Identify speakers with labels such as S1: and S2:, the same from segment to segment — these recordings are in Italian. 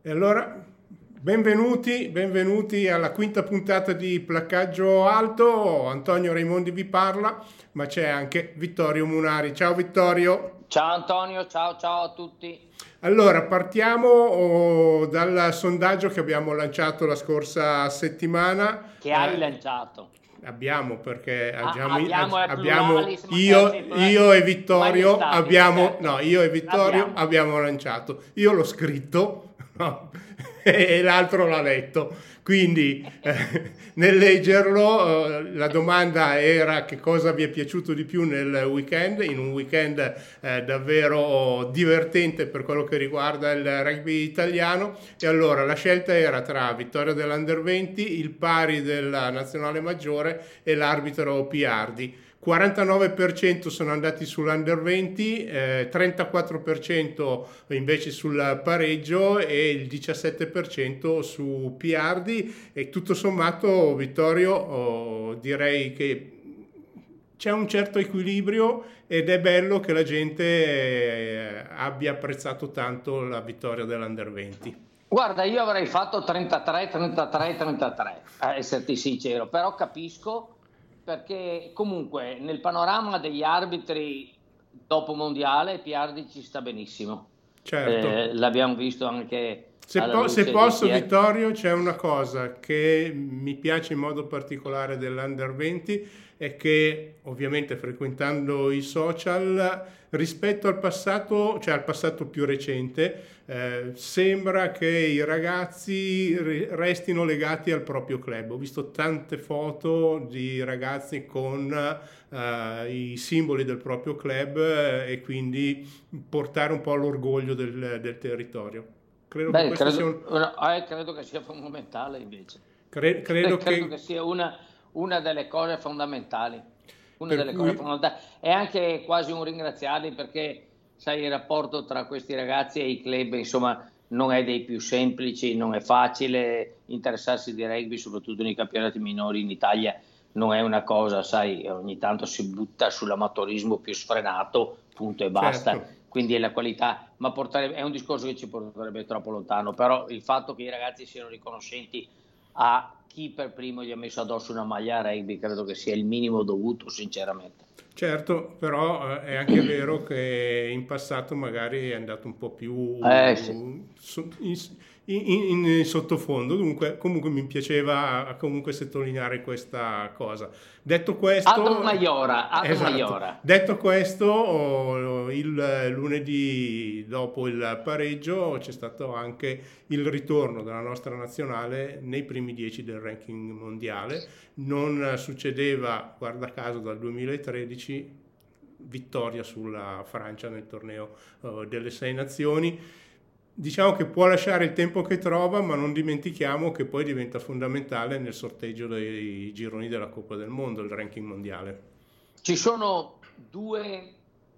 S1: E allora, benvenuti alla quinta puntata di Placcaggio Alto. Antonio Raimondi vi parla, ma c'è anche Vittorio Munari. Ciao Vittorio.
S2: Ciao Antonio, ciao a tutti.
S1: Allora, partiamo dal sondaggio che abbiamo lanciato la scorsa settimana.
S2: Che hai lanciato?
S1: Abbiamo perché
S2: Abbiamo è
S1: abbiamo
S2: pluralis, ma che sei
S1: io e Vittorio
S2: maiestatis,
S1: no,
S2: certo.
S1: io e Vittorio
S2: L'abbiamo.
S1: abbiamo lanciato. Io l'ho scritto, no, e l'altro l'ha letto. Quindi nel leggerlo la domanda era che cosa vi è piaciuto di più nel weekend, in un weekend davvero divertente per quello che riguarda il rugby italiano. E allora la scelta era tra vittoria dell'Under 20, il pari della nazionale maggiore e l'arbitro Piardi. 49% sono andati sull'Under 20, 34% invece sul pareggio e il 17% su Piardi. E tutto sommato, Vittorio, direi che c'è un certo equilibrio ed è bello che la gente abbia apprezzato tanto la vittoria dell'Under 20.
S2: Guarda, io avrei fatto 33, 33, 33, a esserti sincero, però capisco perché comunque nel panorama degli arbitri dopo mondiale Piardi ci sta benissimo.
S1: Certo.
S2: L'abbiamo visto anche alla
S1: Se
S2: luce di
S1: posso,
S2: chi è.
S1: Vittorio, c'è una cosa che mi piace in modo particolare dell'Under 20 è che ovviamente frequentando i social rispetto al passato, cioè al passato più recente, sembra che i ragazzi restino legati al proprio club. Ho visto tante foto di ragazzi con i simboli del proprio club e quindi portare un po' l'orgoglio del territorio. Credo che
S2: Beh,
S1: questo sia un,
S2: credo che sia fondamentale invece.
S1: credo
S2: Credo che
S1: che
S2: sia una delle cose fondamentali. Una
S1: per
S2: delle cose
S1: cui
S2: fondamentali. È anche quasi un ringraziarli perché, sai, il rapporto tra questi ragazzi e i club, insomma, non è dei più semplici, non è facile interessarsi di rugby, soprattutto nei campionati minori in Italia. Non è una cosa, sai, ogni tanto si butta sull'amatorismo più sfrenato, punto e basta.
S1: certo.
S2: Quindi è la qualità, ma è un discorso che ci porterebbe troppo lontano. Però il fatto che i ragazzi siano riconoscenti a chi per primo gli ha messo addosso una maglia rugby credo che sia il minimo dovuto, sinceramente.
S1: Certo, però è anche vero che in passato magari è andato un po'
S2: Sì.
S1: più in sottofondo. Comunque mi piaceva comunque sottolineare questa cosa. Detto
S2: Ad
S1: questo,
S2: Maiora, Ad
S1: esatto.
S2: Maiora.
S1: Detto questo, il lunedì dopo il pareggio c'è stato anche il ritorno della nostra nazionale nei primi 10 del ranking mondiale. Non succedeva, guarda caso, dal 2013, vittoria sulla Francia nel torneo delle Sei Nazioni. Diciamo che può lasciare il tempo che trova, ma non dimentichiamo che poi diventa fondamentale nel sorteggio dei gironi della Coppa del Mondo, il ranking mondiale.
S2: Ci sono due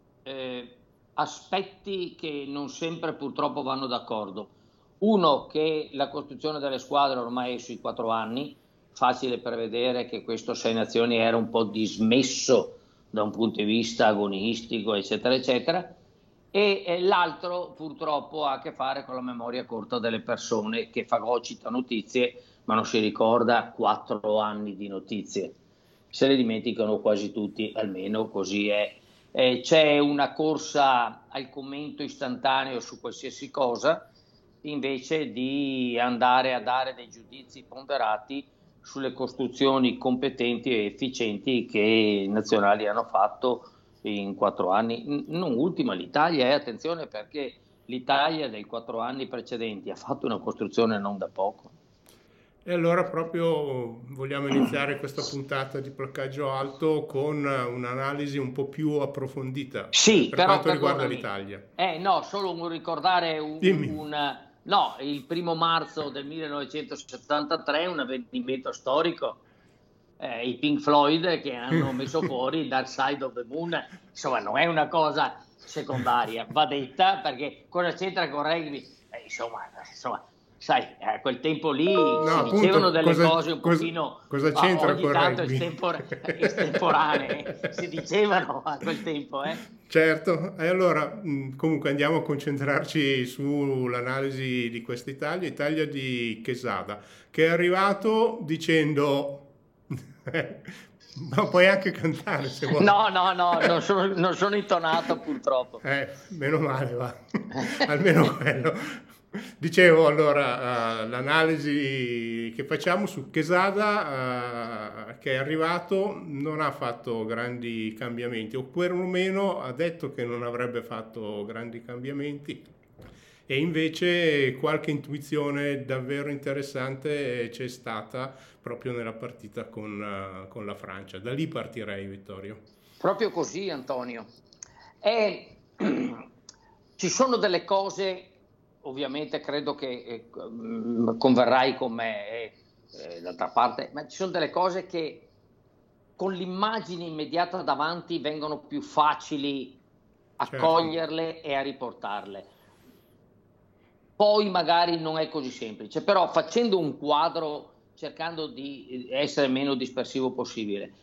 S2: aspetti che non sempre purtroppo vanno d'accordo. Uno, che la costruzione delle squadre ormai è sui 4 anni, facile prevedere che questo Sei Nazioni era un po' dismesso da un punto di vista agonistico, eccetera, eccetera. E l'altro purtroppo ha a che fare con la memoria corta delle persone che fagocita notizie, ma non si ricorda 4 anni di notizie. Se le dimenticano quasi tutti, almeno così è. C'è una corsa al commento istantaneo su qualsiasi cosa, invece di andare a dare dei giudizi ponderati sulle costruzioni competenti e efficienti che i nazionali hanno fatto in 4 anni. Non ultima l'Italia, attenzione, perché l'Italia dei 4 anni precedenti ha fatto una costruzione non da poco.
S1: E allora proprio vogliamo iniziare questa puntata di Placcaggio Alto con un'analisi un po' più approfondita
S2: Sì,
S1: per
S2: però
S1: quanto riguarda
S2: perdonami,
S1: l'Italia.
S2: no, solo un ricordare
S1: Dimmi.
S2: no, il 1° marzo del 1973, un avvenimento storico, i Pink Floyd che hanno messo fuori Dark Side of the Moon, insomma non è una cosa secondaria, va detta perché cosa c'entra con rugby? Insomma, sai, a quel tempo lì
S1: No,
S2: si
S1: appunto,
S2: dicevano delle cose un pochino,
S1: cosa c'entra
S2: ogni
S1: col
S2: tanto
S1: rugby?
S2: estemporanee, si dicevano a quel tempo, eh.
S1: Certo, e allora comunque andiamo a concentrarci sull'analisi di questa Italia di Quesada, che è arrivato dicendo, ma puoi anche cantare se vuoi.
S2: No, no, no, non sono intonato purtroppo.
S1: Meno male, va. Almeno quello. Dicevo allora, l'analisi che facciamo su Quesada, che è arrivato, non ha fatto grandi cambiamenti, o perlomeno ha detto che non avrebbe fatto grandi cambiamenti, e invece qualche intuizione davvero interessante c'è stata proprio nella partita con la Francia. Da lì partirei, Vittorio.
S2: Proprio così, Antonio. E ci sono delle cose, ovviamente credo che converrai con me, d'altra parte, ma ci sono delle cose che con l'immagine immediata davanti vengono più facili a
S1: Certo.
S2: coglierle e a riportarle. Poi magari non è così semplice, però facendo un quadro, cercando di essere meno dispersivo possibile,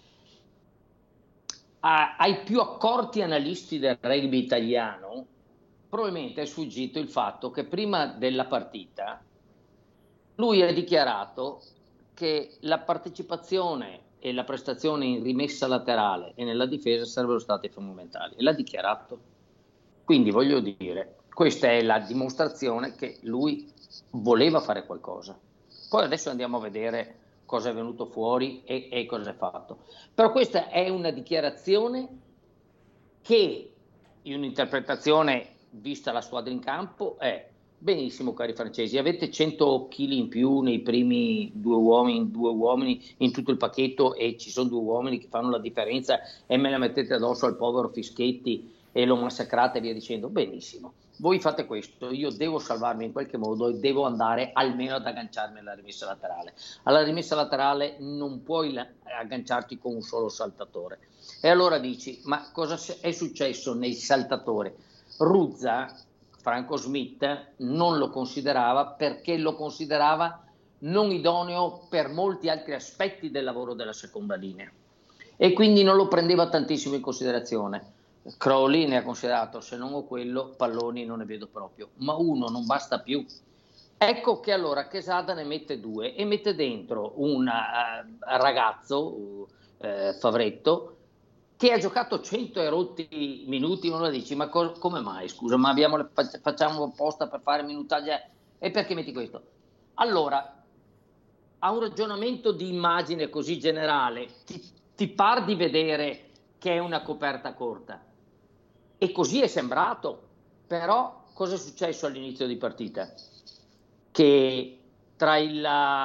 S2: ai più accorti analisti del rugby italiano probabilmente è sfuggito il fatto che prima della partita lui ha dichiarato che la partecipazione e la prestazione in rimessa laterale e nella difesa sarebbero state fondamentali, e l'ha dichiarato. Quindi voglio dire, questa è la dimostrazione che lui voleva fare qualcosa. Poi adesso andiamo a vedere cosa è venuto fuori e cosa è fatto. Però questa è una dichiarazione che, in un'interpretazione vista la squadra in campo, è: benissimo cari francesi, avete 100 kg in più nei primi due uomini in tutto il pacchetto, e ci sono 2 uomini che fanno la differenza e me la mettete addosso al povero Fischetti e lo massacrate e via dicendo. Benissimo, voi fate questo, io devo salvarmi in qualche modo e devo andare almeno ad agganciarmi alla rimessa laterale. Alla rimessa laterale non puoi agganciarti con un solo saltatore. E allora dici, ma cosa è successo nei saltatori? Ruzza, Franco Smith, non lo considerava, perché lo considerava non idoneo per molti altri aspetti del lavoro della seconda linea, e quindi non lo prendeva tantissimo in considerazione. Crowley ne ha considerato: se non ho quello, palloni non ne vedo proprio, ma uno non basta più. Ecco che allora Quesada ne mette 2 e mette dentro un ragazzo, Favretto, che ha giocato 100 e rotti minuti. Uno dici, ma come mai, scusa, ma facciamo apposta per fare minutaggi, e perché metti questo? Allora, a un ragionamento di immagine così generale ti par di vedere che è una coperta corta, e così è sembrato. Però cosa è successo all'inizio di partita? Che tra il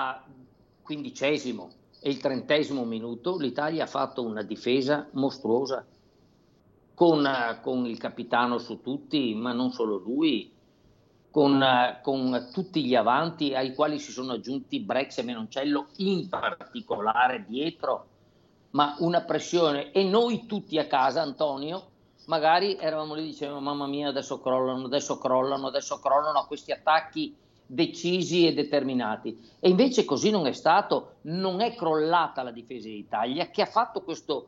S2: 15° e il 30° minuto l'Italia ha fatto una difesa mostruosa, con il capitano su tutti, ma non solo lui, con tutti gli avanti, ai quali si sono aggiunti Brex e Menoncello in particolare dietro, ma una pressione. E noi tutti a casa, Antonio, magari eravamo lì e dicevamo: mamma mia, adesso crollano a questi attacchi decisi e determinati. E invece così non è stato. Non è crollata la difesa d'Italia, che ha fatto questo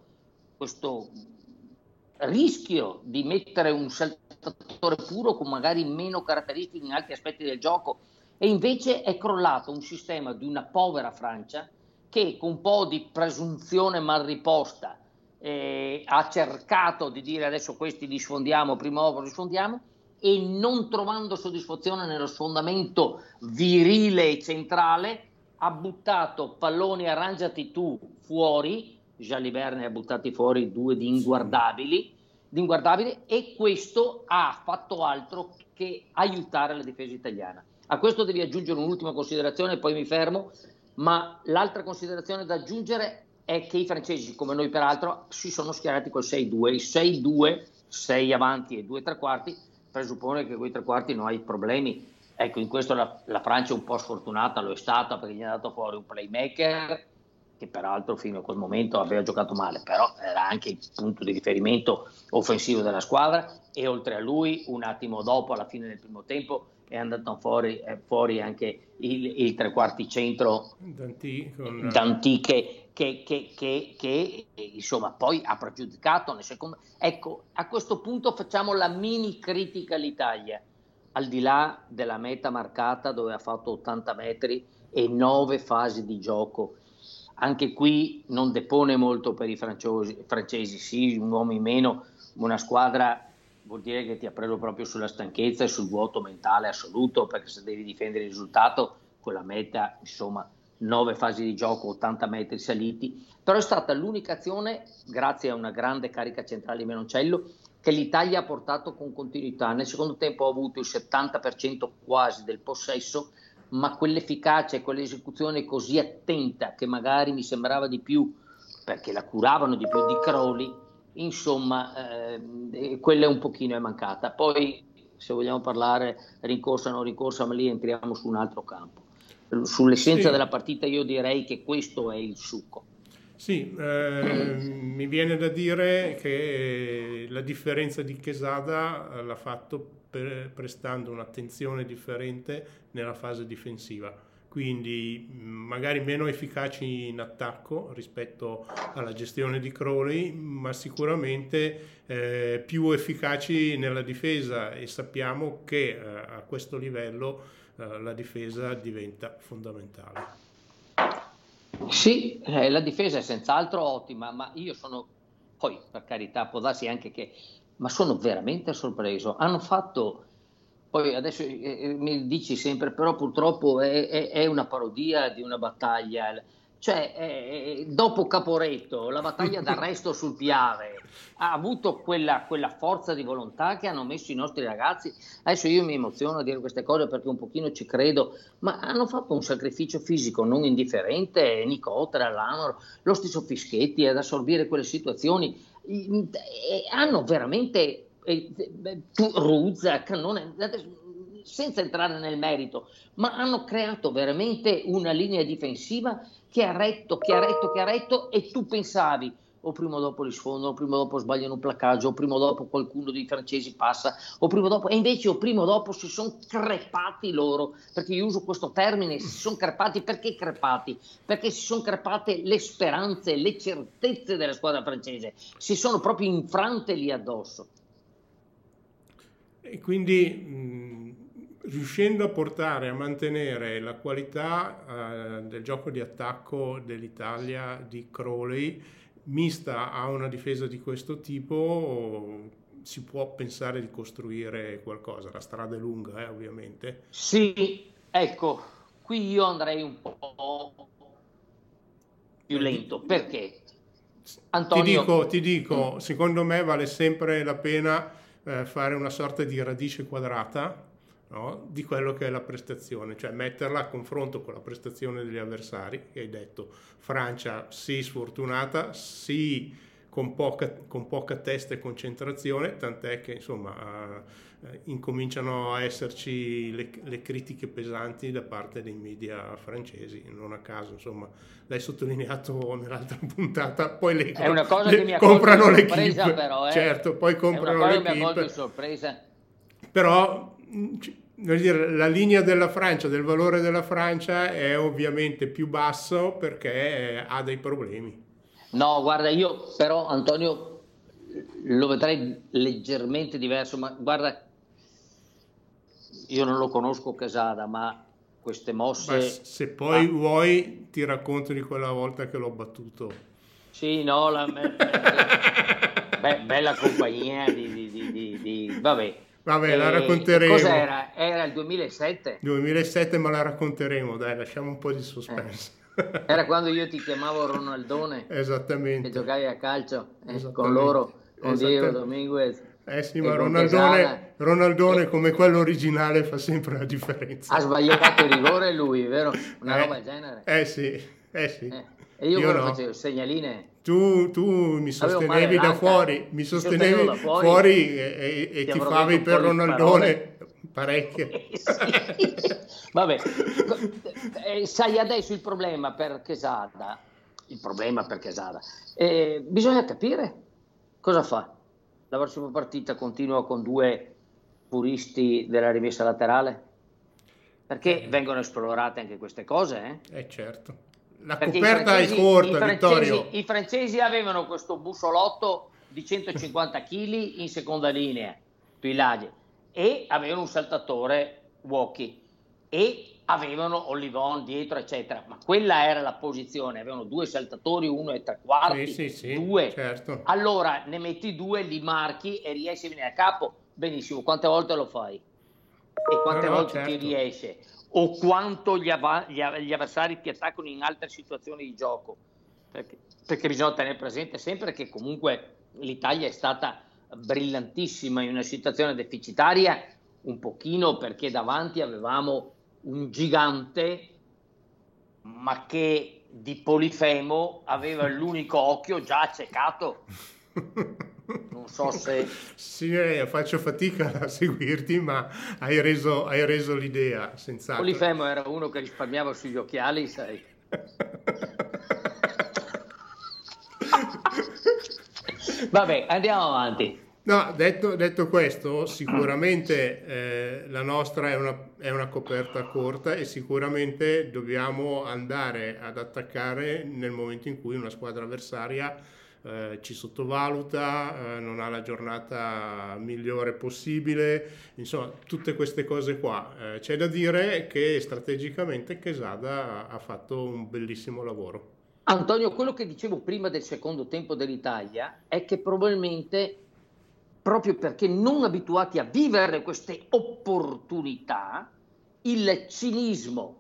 S2: rischio di mettere un saltatore puro con magari meno caratteristiche in altri aspetti del gioco, e invece è crollato un sistema di una povera Francia che, con un po' di presunzione mal riposta, ha cercato di dire: adesso questi li sfondiamo, prima o poi li sfondiamo, e non trovando soddisfazione nello sfondamento virile e centrale ha buttato palloni arrangiati tu fuori. Jalibert ne ha buttati fuori 2 di inguardabili, e questo ha fatto altro che aiutare la difesa italiana. A questo devi aggiungere un'ultima considerazione e poi mi fermo, ma l'altra considerazione da aggiungere è che i francesi, come noi peraltro, si sono schierati col 6-2. Il 6-2, 6 avanti e 2 tre quarti, presuppone che con i tre quarti non hai problemi. Ecco, in questo la Francia è un po' sfortunata, lo è stata, perché gli è andato fuori un playmaker che peraltro fino a quel momento aveva giocato male, però era anche il punto di riferimento offensivo della squadra, e oltre a lui, un attimo dopo, alla fine del primo tempo, è andato fuori anche il tre quarti centro Danti che insomma poi ha pregiudicato nel secondo. Ecco, a questo punto facciamo la mini critica all'Italia, al di là della meta marcata dove ha fatto 80 metri e 9 fasi di gioco. Anche qui non depone molto per i francesi, sì, un uomo in meno, una squadra vuol dire che ti ha preso proprio sulla stanchezza e sul vuoto mentale assoluto, perché se devi difendere il risultato, quella meta, insomma, 9 fasi di gioco, 80 metri saliti, però è stata l'unica azione, grazie a una grande carica centrale di Menoncello, che l'Italia ha portato con continuità. Nel secondo tempo ha avuto il 70% quasi del possesso, ma quell'efficacia e quell'esecuzione così attenta che magari mi sembrava di più, perché la curavano di più di Crowley, insomma, quella un pochino è mancata. Poi, se vogliamo parlare rincorsa o non rincorsa, ma lì entriamo su un altro campo. Sull'essenza della partita io direi che questo è il succo.
S1: Sì, mi viene da dire che la differenza di Quesada l'ha fatto prestando un'attenzione differente nella fase difensiva, quindi magari meno efficaci in attacco rispetto alla gestione di Crowley, ma sicuramente più efficaci nella difesa, e sappiamo che a questo livello la difesa diventa fondamentale.
S2: Sì, la difesa è senz'altro ottima, ma io sono, poi per carità può darsi anche che, ma sono veramente sorpreso. Hanno fatto, poi adesso mi dici sempre, però purtroppo è una parodia di una battaglia. Cioè, dopo Caporetto, la battaglia d'arresto sul Piave ha avuto quella forza di volontà che hanno messo i nostri ragazzi. Adesso io mi emoziono a dire queste cose perché un pochino ci credo, ma hanno fatto un sacrificio fisico non indifferente, Nicotera, Lamor, lo stesso Fischetti, ad assorbire quelle situazioni. Hanno veramente Ruzza, Cannone, senza entrare nel merito, ma hanno creato veramente una linea difensiva che ha retto, e tu pensavi o prima o dopo li sfondano, o prima o dopo sbagliano un placcaggio, o prima o dopo qualcuno dei francesi passa, o prima o dopo, e invece o prima o dopo si sono crepati loro, perché io uso questo termine, si sono crepati. Perché crepati? Perché si sono crepate le speranze, le certezze della squadra francese, si sono proprio infrante lì addosso.
S1: E quindi riuscendo a mantenere la qualità del gioco di attacco dell'Italia di Crowley, mista a una difesa di questo tipo, si può pensare di costruire qualcosa. La strada è lunga, ovviamente.
S2: Sì, ecco, qui io andrei un po' più lento, perché Antonio...
S1: Ti dico, secondo me vale sempre la pena fare una sorta di radice quadrata, no? Di quello che è la prestazione, cioè metterla a confronto con la prestazione degli avversari, che hai detto, Francia sì sfortunata, sì con poca testa e concentrazione, tant'è che insomma incominciano a esserci le critiche pesanti da parte dei media francesi, non a caso, insomma, l'hai sottolineato nell'altra puntata, poi
S2: è una cosa che mi ha
S1: comprano
S2: colto
S1: le
S2: di sorpresa,
S1: equip,
S2: però,
S1: certo, poi comprano le
S2: equip. Mi ha colto di sorpresa.
S1: Però voglio dire, la linea della Francia, del valore della Francia è ovviamente più basso perché ha dei problemi.
S2: No, guarda, io però Antonio lo vedrei leggermente diverso, ma guarda, io non lo conosco Quesada, ma queste mosse...
S1: Ma se poi vuoi ti racconto di quella volta che l'ho battuto.
S2: Sì, no, bella compagnia vabbè.
S1: Vabbè, la racconteremo.
S2: Cos'era? Era il 2007?
S1: 2007, ma la racconteremo, dai, lasciamo un po' di suspense.
S2: Era quando io ti chiamavo Ronaldone.
S1: Esattamente.
S2: Che giocavi a calcio con loro, con Diego Dominguez.
S1: Sì, ma Ronaldone come quello originale fa sempre la differenza.
S2: Ha sbagliato il rigore lui, vero? Una roba del genere.
S1: Sì.
S2: E io cosa facevo? Segnaline?
S1: Tu mi sostenevi da fuori, fuori e ti favi per Ronaldone parecchio.
S2: Sì. Vabbè, sai adesso il problema per Quesada, bisogna capire cosa fa. La prossima partita continua con 2 puristi della rimessa laterale? perché vengono esplorate anche queste cose.
S1: Certo. La
S2: Perché
S1: coperta è corta, Vittorio.
S2: I francesi avevano questo bussolotto di 150 kg in seconda linea, Tuilagi, e avevano un saltatore Walkie e avevano Olivon dietro, eccetera. Ma quella era la posizione, avevano 2 saltatori, 1 e 3 quarti,
S1: Sì,
S2: 2.
S1: certo.
S2: Allora ne metti 2, li marchi e riesci a venire a capo. Benissimo, quante volte lo fai? E quante volte
S1: certo.
S2: ti riesce? O quanto gli avversari ti attaccano in altre situazioni di gioco, perché bisogna tenere presente sempre che comunque l'Italia è stata brillantissima in una situazione deficitaria, un pochino perché davanti avevamo un gigante, ma che di Polifemo aveva l'unico occhio già accecato. Non so se...
S1: Sì, faccio fatica a seguirti, ma hai reso l'idea, senz'altro.
S2: Polifemo era uno che risparmiava sugli occhiali, sai. Vabbè, andiamo avanti.
S1: No, detto questo, sicuramente la nostra è una coperta corta e sicuramente dobbiamo andare ad attaccare nel momento in cui una squadra avversaria ci sottovaluta, non ha la giornata migliore possibile, insomma tutte queste cose qua. C'è da dire che strategicamente Quesada ha fatto un bellissimo lavoro.
S2: Antonio, quello che dicevo prima del secondo tempo dell'Italia è che probabilmente, proprio perché non abituati a vivere queste opportunità, il cinismo,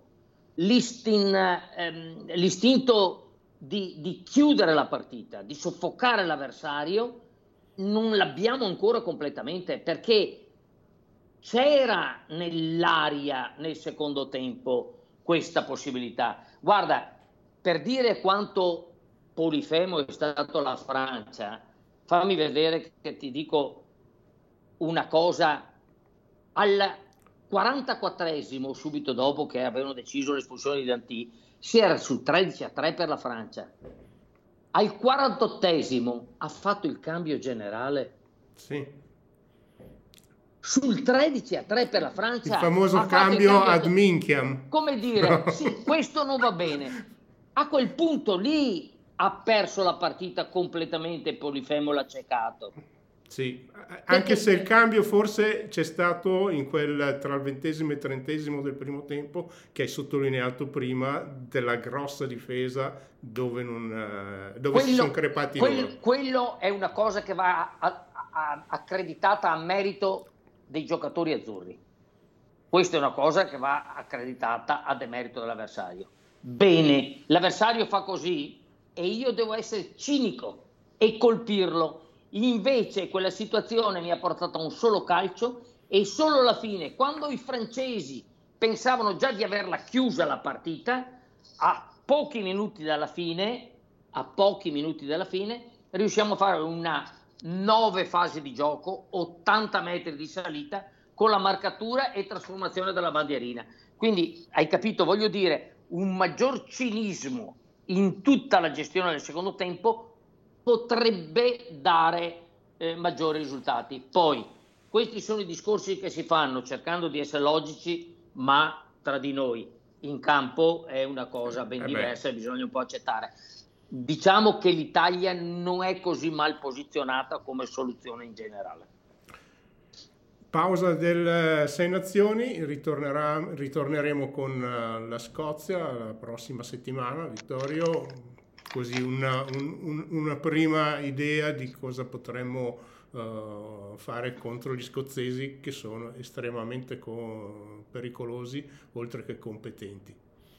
S2: l'istinto di chiudere la partita, di soffocare l'avversario, non l'abbiamo ancora completamente, perché c'era nell'aria nel secondo tempo questa possibilità. Guarda, per dire quanto Polifemo è stato la Francia, fammi vedere che ti dico una cosa. Al 44esimo, subito dopo che avevano deciso l'espulsione di Danty, si era sul 13-3 per la Francia. Al 48esimo ha fatto il cambio generale.
S1: Sì.
S2: Sul 13-3 per la Francia.
S1: Il famoso cambio ad minchiam.
S2: Come dire, no. Sì, questo non va bene. A quel punto lì ha perso la partita completamente, Polifemo l'ha ceccato.
S1: Sì, anche se il cambio forse c'è stato in quel tra il 20esimo e il 30esimo del primo tempo, che hai sottolineato prima, della grossa difesa dove si sono crepati loro.
S2: Quello è una cosa che va accreditata a merito dei giocatori azzurri. Questa è una cosa che va accreditata a demerito dell'avversario. Bene, l'avversario fa così e io devo essere cinico e colpirlo. Invece quella situazione mi ha portato a un solo calcio e solo alla fine, quando i francesi pensavano già di averla chiusa la partita, a pochi minuti dalla fine, riusciamo a fare una 9 fasi di gioco, 80 metri di salita, con la marcatura e trasformazione della bandierina. Quindi, hai capito, voglio dire, un maggior cinismo in tutta la gestione del secondo tempo potrebbe dare maggiori risultati. Poi, questi sono i discorsi che si fanno cercando di essere logici, ma tra di noi. In campo è una cosa ben diversa e bisogna un po' accettare. Diciamo che l'Italia non è così mal posizionata come soluzione in generale.
S1: Pausa del Sei Nazioni, ritorneremo con la Scozia la prossima settimana. Vittorio, così una prima idea di cosa potremmo fare contro gli scozzesi, che sono estremamente pericolosi oltre che competenti.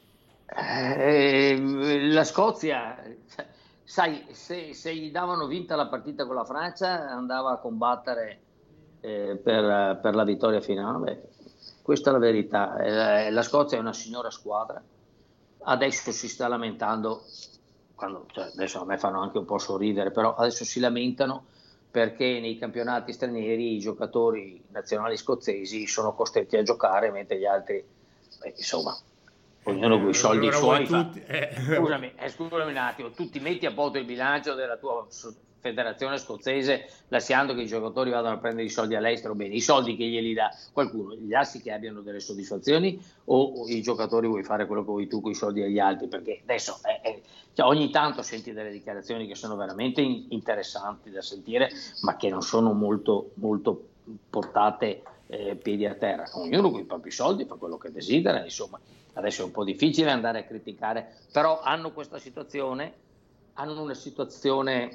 S2: La Scozia, sai, se gli davano vinta la partita con la Francia, andava a combattere per la vittoria finale. Questa è la verità. La Scozia è una signora squadra, adesso si sta lamentando, adesso a me fanno anche un po' sorridere, però adesso si lamentano perché nei campionati stranieri i giocatori nazionali scozzesi sono costretti a giocare mentre gli altri, insomma, ognuno con i soldi suoi fa. Scusami un attimo, tu ti metti a posto il bilancio della tua federazione scozzese, lasciando che i giocatori vadano a prendere i soldi all'estero, bene, i soldi che glieli dà qualcuno, gli assi che abbiano delle soddisfazioni, o i giocatori vuoi fare quello che vuoi tu con i soldi degli altri, perché adesso cioè ogni tanto senti delle dichiarazioni che sono veramente interessanti da sentire, ma che non sono molto, molto portate piedi a terra. Ognuno con i propri soldi fa quello che desidera, insomma. Adesso è un po' difficile andare a criticare, però hanno questa situazione, hanno una situazione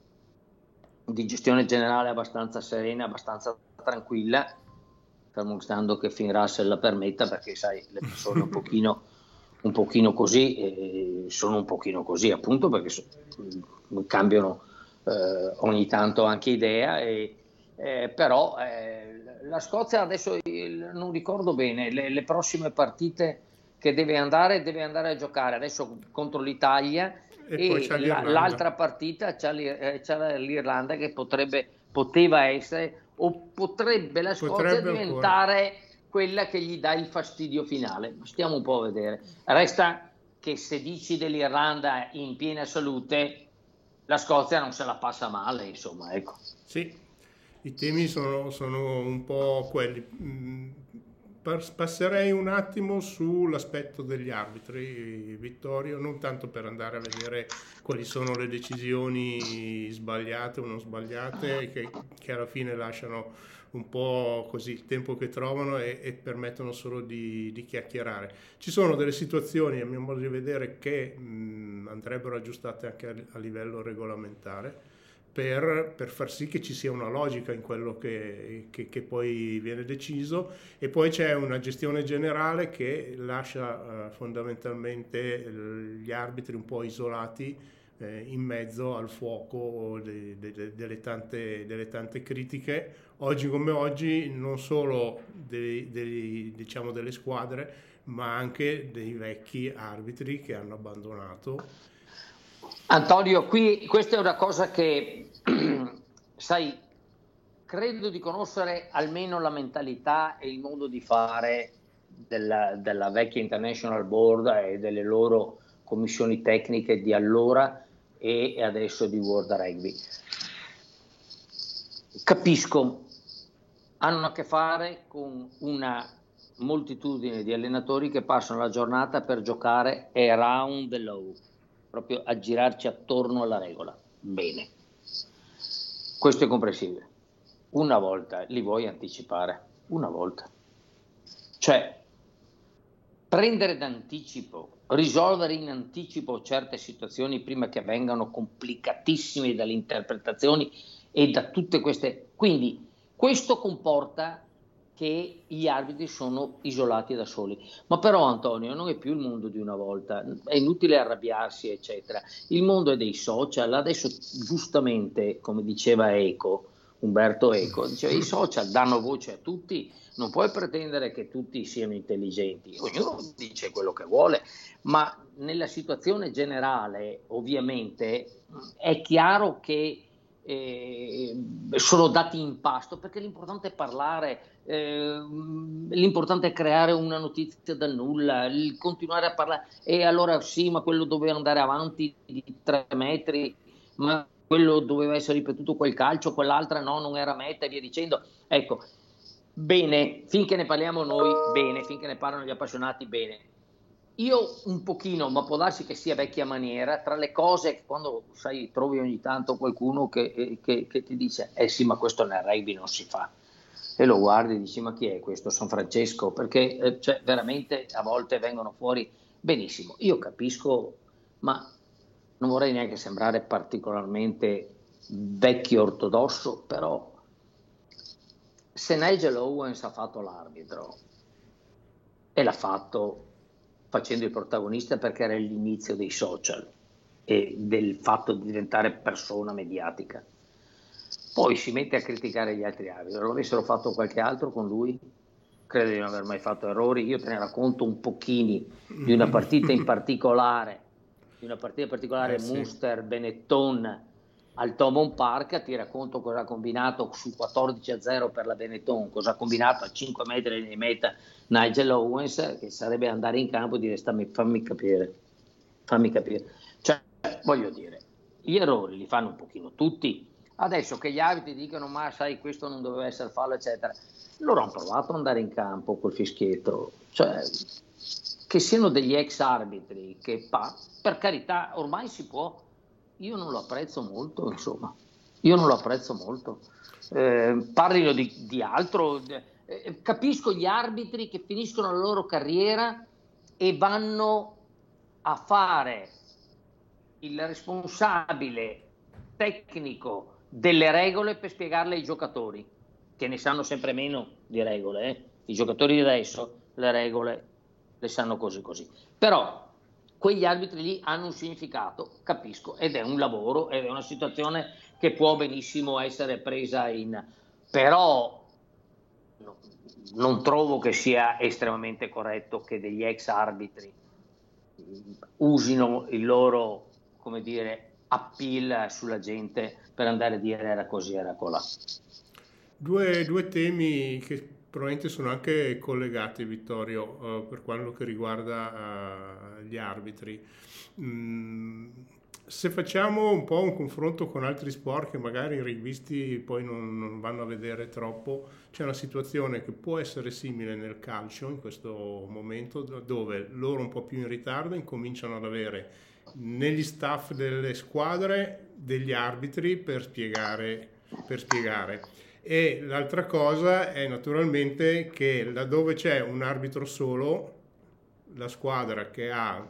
S2: di gestione generale abbastanza serena, abbastanza tranquilla, fermo stando che Finn se la permetta, perché sai, le persone un pochino così sono un pochino così, appunto perché cambiano ogni tanto anche idea, però la Scozia adesso non ricordo bene le prossime partite che deve andare a giocare adesso contro l'Italia,
S1: e poi
S2: l'altra partita c'è l'Irlanda che poteva essere, o potrebbe la Scozia diventare ancora quella che gli dà il fastidio finale. Stiamo un po' a vedere. Resta che se dici dell'Irlanda in piena salute, la Scozia non se la passa male, insomma, ecco.
S1: Sì, i temi sono un po' quelli. Passerei un attimo sull'aspetto degli arbitri, Vittorio, non tanto per andare a vedere quali sono le decisioni sbagliate o non sbagliate, che alla fine lasciano un po' così il tempo che trovano e permettono solo di chiacchierare. Ci sono delle situazioni, a mio modo di vedere, che andrebbero aggiustate anche a livello regolamentare, per far sì che ci sia una logica in quello che poi viene deciso, e poi c'è una gestione generale che lascia fondamentalmente gli arbitri un po' isolati in mezzo al fuoco delle tante critiche, oggi come oggi, non solo diciamo delle squadre, ma anche dei vecchi arbitri che hanno abbandonato.
S2: Antonio, questa è una cosa che, sai, credo di conoscere almeno la mentalità e il modo di fare della vecchia International Board e delle loro commissioni tecniche di allora e adesso di World Rugby. Capisco, hanno a che fare con una moltitudine di allenatori che passano la giornata per giocare around the law, proprio a girarci attorno alla regola. Bene, questo è comprensibile. Una volta li vuoi anticipare, una volta. Cioè, prendere d'anticipo, risolvere in anticipo certe situazioni prima che vengano complicatissime dalle interpretazioni e da tutte queste. Quindi questo comporta che gli arbitri sono isolati da soli. Ma però, Antonio, non è più il mondo di una volta, è inutile arrabbiarsi, eccetera. Il mondo è dei social. Adesso, giustamente, come diceva Umberto Eco, diceva, i social danno voce a tutti, non puoi pretendere che tutti siano intelligenti, ognuno dice quello che vuole, ma nella situazione generale, ovviamente, è chiaro che sono dati in pasto, perché l'importante è parlare, l'importante è creare una notizia da nulla, il continuare a parlare, e allora sì, ma quello doveva andare avanti di 3 metri, ma quello doveva essere ripetuto quel calcio, quell'altra no, non era meta e via dicendo. Ecco, bene, finché ne parliamo noi, bene, finché ne parlano gli appassionati, bene. Io un pochino, ma può darsi che sia vecchia maniera, tra le cose che quando sai, trovi ogni tanto qualcuno che ti dice sì, ma questo nel rugby non si fa, e lo guardi e dici, ma chi è questo San Francesco? Perché cioè, veramente a volte vengono fuori benissimo, io capisco, ma non vorrei neanche sembrare particolarmente vecchio ortodosso, però se Nigel Owens ha fatto l'arbitro e l'ha fatto facendo il protagonista perché era l'inizio dei social e del fatto di diventare persona mediatica, poi si mette a criticare gli altri arbitri. Lo avessero fatto qualche altro con lui? Credo di non aver mai fatto errori. Io te ne racconto un pochino di una partita in particolare, Munster Benetton al Thomond Park. Ti racconto cosa ha combinato su 14-0 per la Benetton, cosa ha combinato a 5 metri di meta Nigel Owens, che sarebbe andare in campo e dire fammi capire. Cioè, voglio dire, Gli errori li fanno un pochino tutti. Adesso che gli arbitri dicono ma sai questo non doveva essere fallo eccetera, loro hanno provato ad andare in campo col fischietto, cioè che siano degli ex arbitri, per carità ormai si può, io non lo apprezzo molto, insomma, io non lo apprezzo molto. Parlino di altro, capisco gli arbitri che finiscono la loro carriera e vanno a fare il responsabile tecnico delle regole per spiegarle ai giocatori, che ne sanno sempre meno di regole. I giocatori di adesso le regole le sanno così così. Però quegli arbitri lì hanno un significato, capisco, ed è un lavoro, ed è una situazione che può benissimo essere presa in... Però non trovo che sia estremamente corretto che degli ex arbitri usino il loro, come dire, appeal sulla gente per andare a dire era così, era colà.
S1: Due temi che probabilmente sono anche collegati, Vittorio, per quello che riguarda gli arbitri. Se facciamo un po' un confronto con altri sport che magari rivisti poi non vanno a vedere troppo, c'è una situazione che può essere simile nel calcio in questo momento, dove loro un po' più in ritardo incominciano ad avere negli staff delle squadre degli arbitri per spiegare. E l'altra cosa è naturalmente che laddove c'è un arbitro solo, la squadra che ha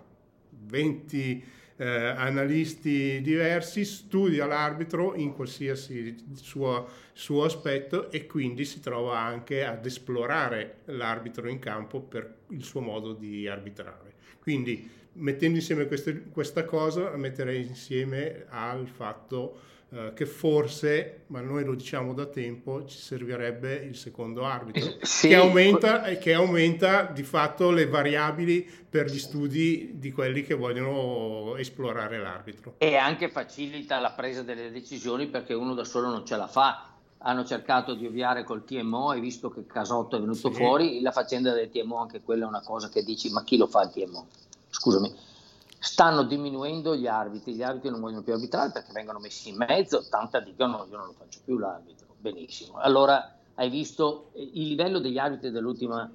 S1: 20 analisti diversi studia l'arbitro in qualsiasi suo aspetto e quindi si trova anche ad esplorare l'arbitro in campo per il suo modo di arbitrare. Quindi mettendo insieme questa cosa, la metterei insieme al fatto che forse, ma noi lo diciamo da tempo, ci servirebbe il secondo arbitro,
S2: sì,
S1: che aumenta di fatto le variabili per gli studi di quelli che vogliono esplorare l'arbitro.
S2: E anche facilita la presa delle decisioni perché uno da solo non ce la fa. Hanno cercato di ovviare col TMO e visto che casotto è venuto fuori, la faccenda del TMO anche quella è una cosa che dici ma chi lo fa il TMO? Scusami. Stanno diminuendo gli arbitri non vogliono più arbitrare perché vengono messi in mezzo, tanta dicono io non lo faccio più l'arbitro, benissimo. Allora hai visto il livello degli arbitri dell'ultima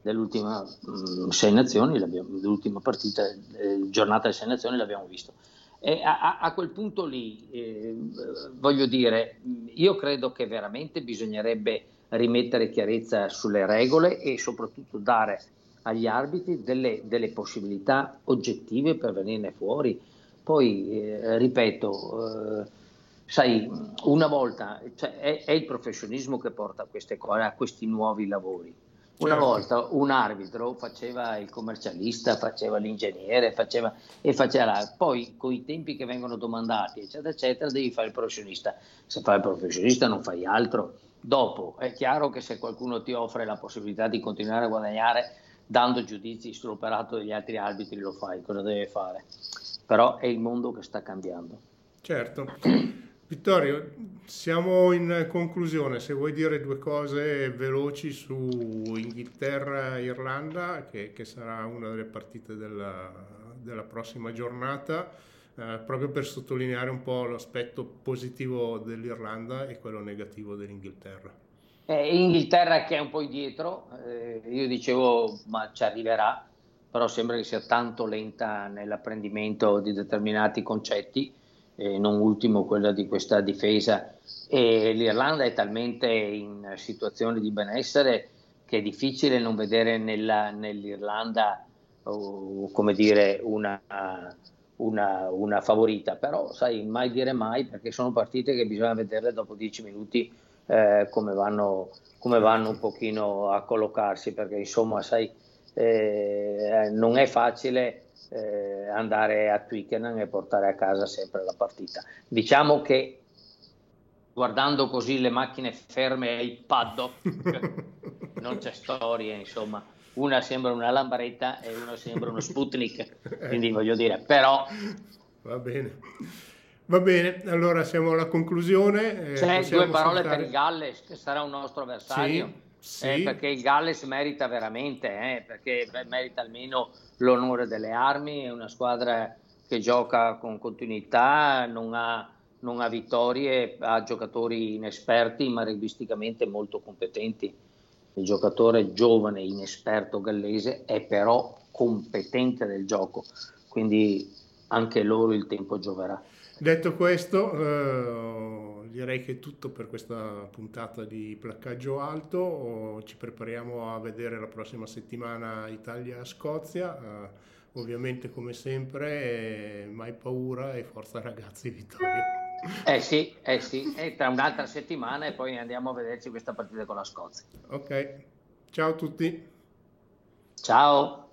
S2: Sei Nazioni, dell'ultima partita, giornata delle Sei Nazioni l'abbiamo visto. E a quel punto lì, voglio dire, io credo che veramente bisognerebbe rimettere chiarezza sulle regole e soprattutto dare agli arbitri delle possibilità oggettive per venirne fuori. Poi, ripeto, sai, una volta, cioè, è il professionismo che porta a queste cose, a questi nuovi lavori. Una
S1: Certo.
S2: volta un arbitro faceva il commercialista, faceva l'ingegnere, poi con i tempi che vengono domandati, eccetera, eccetera, devi fare il professionista. Se fai il professionista non fai altro. Dopo è chiaro che se qualcuno ti offre la possibilità di continuare a guadagnare dando giudizi sull'operato degli altri arbitri, lo fai, cosa deve fare? Però è il mondo che sta cambiando.
S1: Certo. Vittorio, siamo in conclusione, se vuoi dire due cose veloci su Inghilterra-Irlanda, che sarà una delle partite della prossima giornata, proprio per sottolineare un po' l'aspetto positivo dell'Irlanda e quello negativo dell'Inghilterra.
S2: Inghilterra che è un po' indietro, io dicevo ma ci arriverà, però sembra che sia tanto lenta nell'apprendimento di determinati concetti, non ultimo quella di questa difesa, e l'Irlanda è talmente in situazione di benessere che è difficile non vedere nell'Irlanda come dire una favorita, però sai mai dire mai perché sono partite che bisogna vederle dopo 10 minuti come vanno un pochino a collocarsi, perché insomma sai non è facile andare a Twickenham e portare a casa sempre la partita. Diciamo che guardando così le macchine ferme e il paddock non c'è storia, insomma, una sembra una Lambretta e una sembra uno Sputnik, quindi voglio dire, però
S1: Va bene, allora siamo alla conclusione.
S2: C'è due parole
S1: saltare...
S2: per il Galles, che sarà un nostro avversario,
S1: sì.
S2: Perché il Galles merita veramente, perché merita almeno l'onore delle armi, è una squadra che gioca con continuità, non ha vittorie, ha giocatori inesperti ma rugbisticamente molto competenti. Il giocatore giovane, inesperto gallese è però competente nel gioco, quindi anche loro il tempo gioverà.
S1: Detto questo, direi che è tutto per questa puntata di Placcaggio Alto. Ci prepariamo a vedere la prossima settimana Italia-Scozia. Ovviamente, come sempre, mai paura e forza ragazzi, vittoria.
S2: Sì, e tra un'altra settimana e poi andiamo a vederci questa partita con la Scozia.
S1: Ok, ciao a tutti.
S2: Ciao!